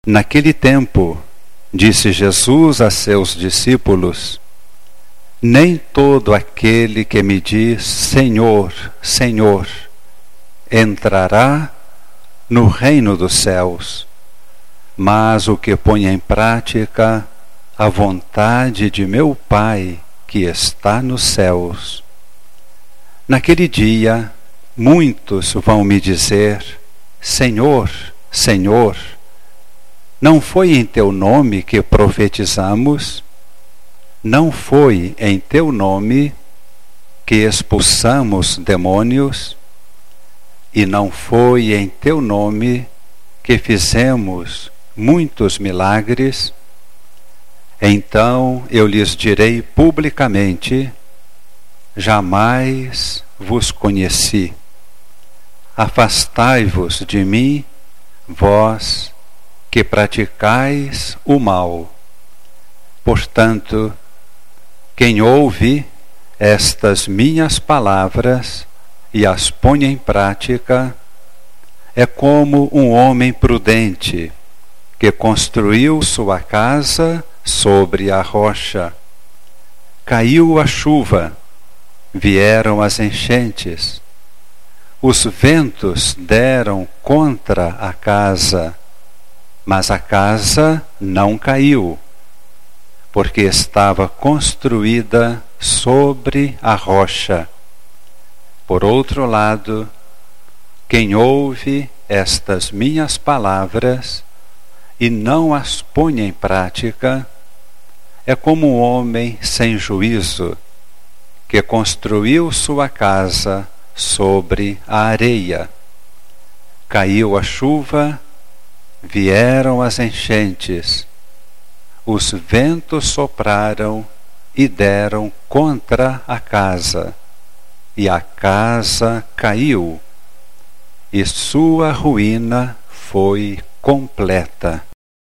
Naquele tempo, disse Jesus a seus discípulos: nem todo aquele que me diz Senhor, Senhor, entrará no reino dos céus, mas o que põe em prática a vontade de meu Pai que está nos céus. Naquele dia, muitos vão me dizer: Senhor, Senhor, não foi em teu nome que profetizamos? Não foi em teu nome que expulsamos demônios? E não foi em teu nome que fizemos muitos milagres? Então eu lhes direi publicamente: jamais vos conheci. Afastai-vos de mim, vós que praticais o mal. Portanto, quem ouve estas minhas palavras e as põe em prática, é como um homem prudente que construiu sua casa sobre a rocha. Caiu a chuva, vieram as enchentes, os ventos deram contra a casa, mas a casa não caiu, porque estava construída sobre a rocha. Por outro lado, quem ouve estas minhas palavras e não as põe em prática, é como um homem sem juízo, que construiu sua casa sobre a areia. Caiu a chuva, vieram as enchentes, os ventos sopraram e deram contra a casa, e a casa caiu, e sua ruína foi completa.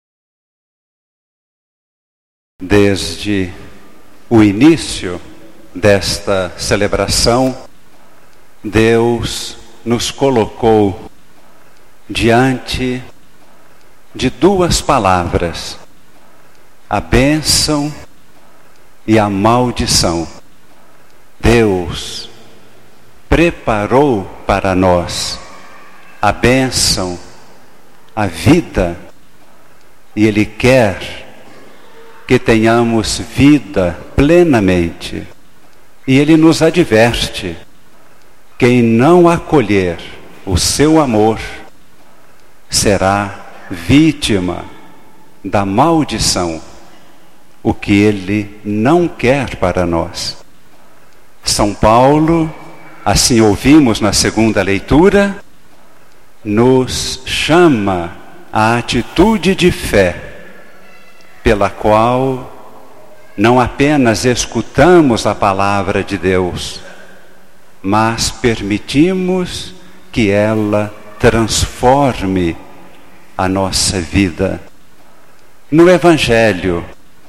Desde o início desta celebração, Deus nos colocou diante de duas palavras: a bênção e a maldição. Deus preparou para nós a bênção, a vida, e Ele quer que tenhamos vida plenamente. E Ele nos adverte: quem não acolher o seu amor será vítima da maldição, o que Ele não quer para nós. São Paulo, assim ouvimos na segunda leitura, nos chama à atitude de fé, pela qual não apenas escutamos a palavra de Deus, mas permitimos que ela transforme a nossa vida. No Evangelho,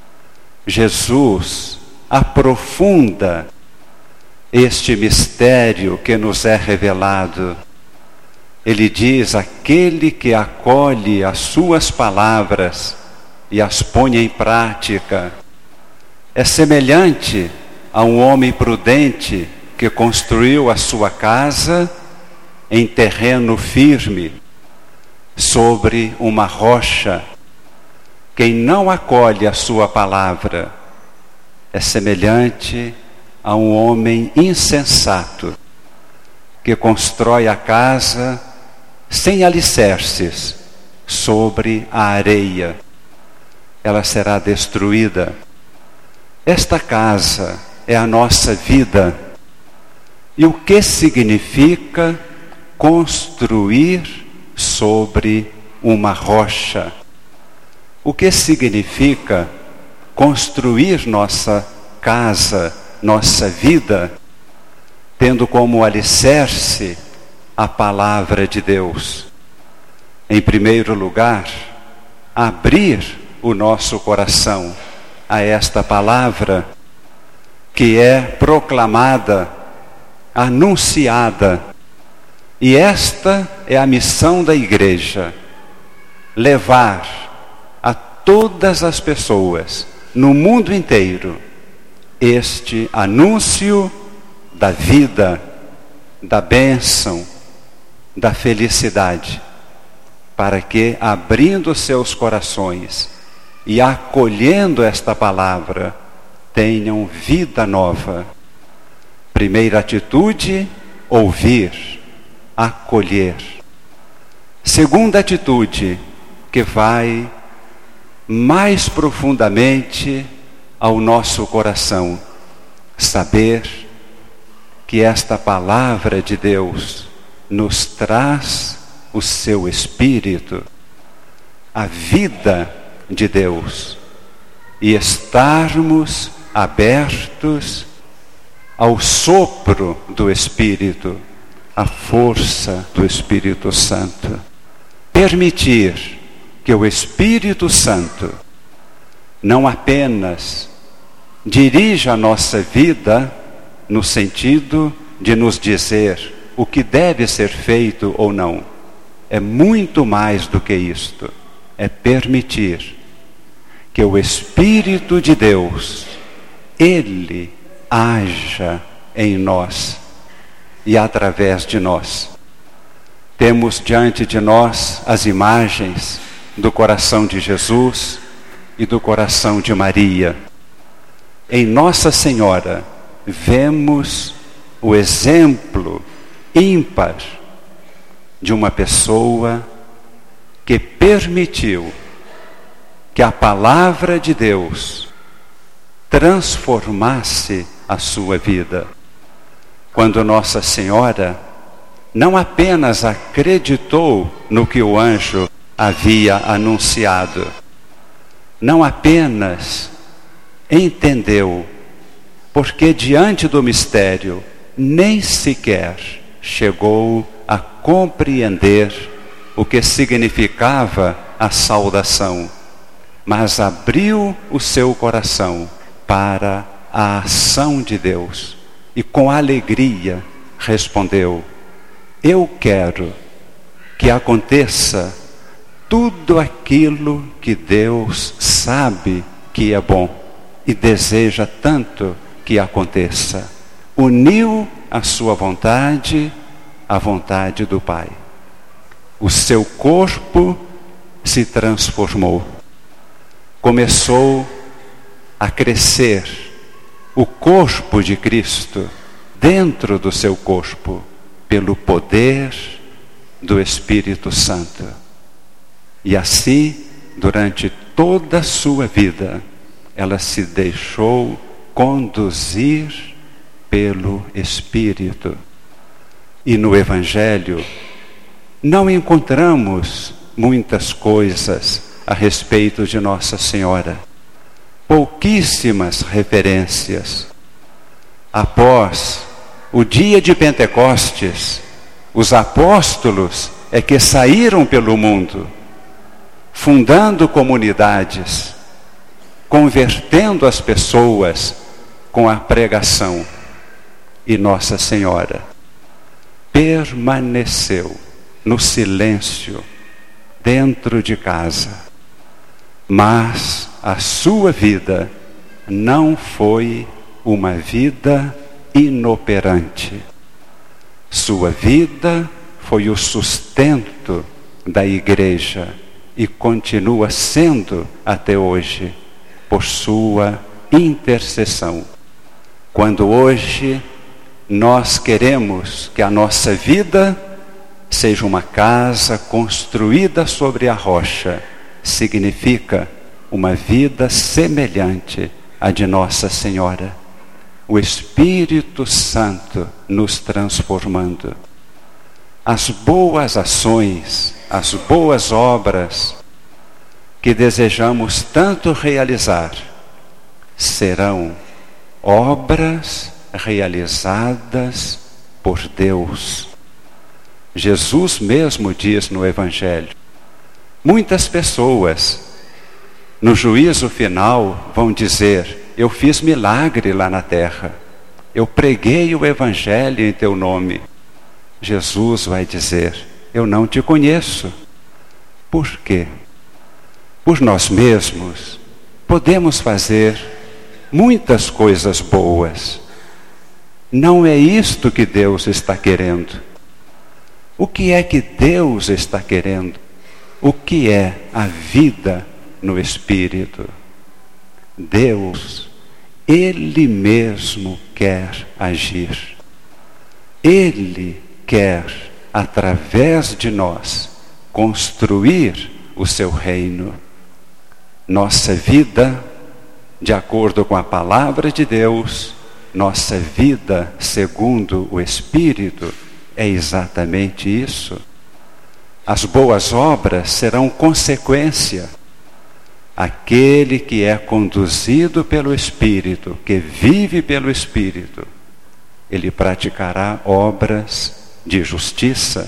Jesus aprofunda este mistério que nos é revelado. Ele diz: aquele que acolhe as suas palavras e as põe em prática é semelhante a um homem prudente que construiu a sua casa em terreno firme, sobre uma rocha. Quem não acolhe a sua palavra é semelhante a um homem insensato que constrói a casa sem alicerces sobre a areia. Ela será destruída. Esta casa é a nossa vida. E o que significa construir sobre uma rocha? O que significa construir nossa casa, nossa vida, tendo como alicerce a palavra de Deus? Em primeiro lugar, abrir o nosso coração a esta palavra que é proclamada, anunciada. E esta é a missão da igreja: levar todas as pessoas no mundo inteiro este anúncio da vida, da bênção, da felicidade, para que, abrindo seus corações e acolhendo esta palavra, tenham vida nova. Primeira atitude, ouvir, acolher. Segunda atitude, que vai mais profundamente ao nosso coração, saber que esta palavra de Deus nos traz o seu Espírito, a vida de Deus, e estarmos abertos ao sopro do Espírito, à força do Espírito Santo. Permitir que o Espírito Santo não apenas dirija a nossa vida no sentido de nos dizer o que deve ser feito ou não. É muito mais do que isto. É permitir que o Espírito de Deus, Ele haja em nós e através de nós. Temos diante de nós as imagens do coração de Jesus e do coração de Maria. Em Nossa Senhora, vemos o exemplo ímpar de uma pessoa que permitiu que a palavra de Deus transformasse a sua vida. Quando Nossa Senhora não apenas acreditou no que o anjo havia anunciado, não apenas entendeu, porque diante do mistério nem sequer chegou a compreender o que significava a saudação, mas abriu o seu coração para a ação de Deus e com alegria respondeu: eu quero que aconteça tudo aquilo que Deus sabe que é bom e deseja tanto que aconteça. Uniu a sua vontade à vontade do Pai. O seu corpo se transformou. Começou a crescer o corpo de Cristo dentro do seu corpo, pelo poder do Espírito Santo. E assim, durante toda a sua vida, ela se deixou conduzir pelo Espírito. E no Evangelho não encontramos muitas coisas a respeito de Nossa Senhora. Pouquíssimas referências. Após o dia de Pentecostes, os apóstolos é que saíram pelo mundo, fundando comunidades, convertendo as pessoas com a pregação. E Nossa Senhora permaneceu no silêncio, dentro de casa. Mas a sua vida não foi uma vida inoperante. Sua vida foi o sustento da igreja e continua sendo até hoje, por sua intercessão. Quando hoje nós queremos que a nossa vida seja uma casa construída sobre a rocha, significa uma vida semelhante à de Nossa Senhora. O Espírito Santo nos transformando. As boas ações, as boas obras que desejamos tanto realizar, serão obras realizadas por Deus. Jesus mesmo diz no Evangelho: muitas pessoas no juízo final vão dizer: eu fiz milagre lá na terra, eu preguei o Evangelho em teu nome. Jesus vai dizer: eu não te conheço. Por quê? Por nós mesmos, podemos fazer muitas coisas boas. Não é isto que Deus está querendo. O que é que Deus está querendo? O que é a vida no Espírito? Deus, Ele mesmo quer agir. Ele quer, através de nós, construir o seu reino. Nossa vida, de acordo com a palavra de Deus, nossa vida segundo o Espírito, é exatamente isso. As boas obras serão consequência. Aquele que é conduzido pelo Espírito, que vive pelo Espírito, ele praticará obras de justiça.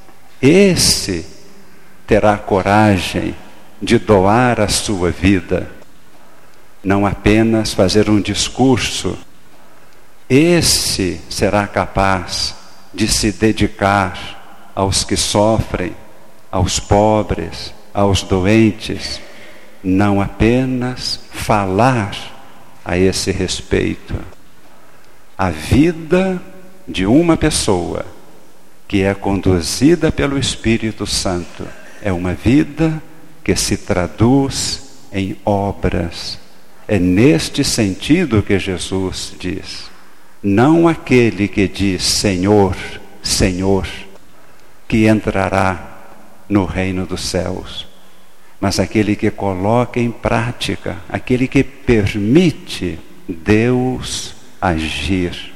Esse terá coragem de doar a sua vida, não apenas fazer um discurso. Esse será capaz de se dedicar aos que sofrem, aos pobres, aos doentes, não apenas falar a esse respeito. A vida de uma pessoa que é conduzida pelo Espírito Santo é uma vida que se traduz em obras. É neste sentido que Jesus diz: não aquele que diz Senhor, Senhor, que entrará no reino dos céus, mas aquele que coloca em prática, aquele que permite Deus agir.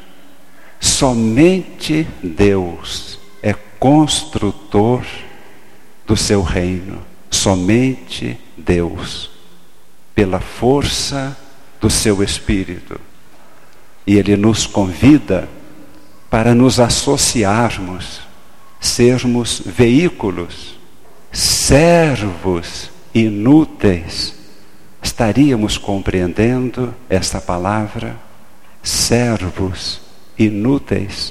Somente Deus é construtor do seu reino. Somente Deus, pela força do seu Espírito. E Ele nos convida para nos associarmos, sermos veículos, servos inúteis. Estaríamos compreendendo esta palavra? Servos inúteis.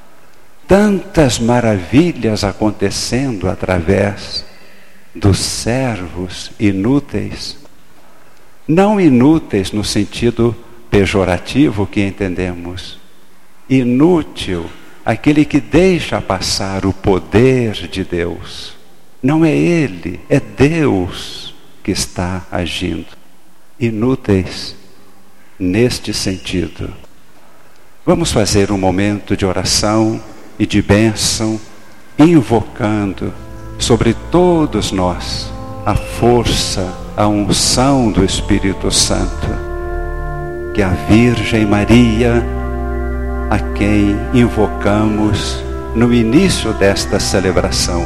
Tantas maravilhas acontecendo através dos servos inúteis. Não inúteis no sentido pejorativo que entendemos. Inútil, aquele que deixa passar o poder de Deus. Não é Ele, é Deus que está agindo. Inúteis neste sentido. Vamos fazer um momento de oração e de bênção, invocando sobre todos nós a força, a unção do Espírito Santo. Que a Virgem Maria, a quem invocamos no início desta celebração,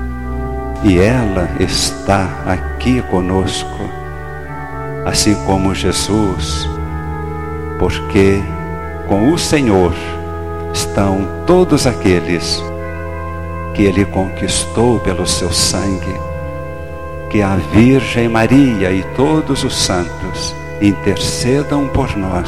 e ela está aqui conosco, assim como Jesus, porque com o Senhor estão todos aqueles que Ele conquistou pelo seu sangue. Que a Virgem Maria e todos os santos intercedam por nós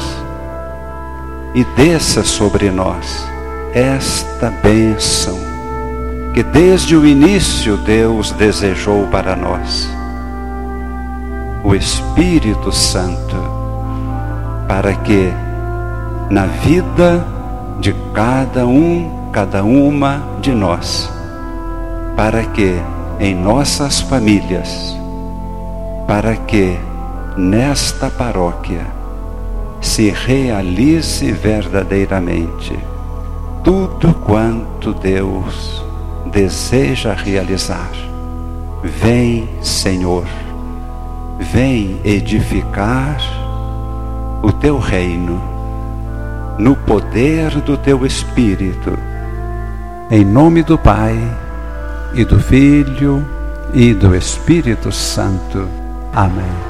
e desça sobre nós esta bênção que desde o início Deus desejou para nós. O Espírito Santo, para que na vida de cada uma de nós, para que em nossas famílias, para que nesta paróquia se realize verdadeiramente tudo quanto Deus deseja realizar. Vem, Senhor, vem edificar o teu reino no poder do teu Espírito. Em nome do Pai, e do Filho, e do Espírito Santo. Amém.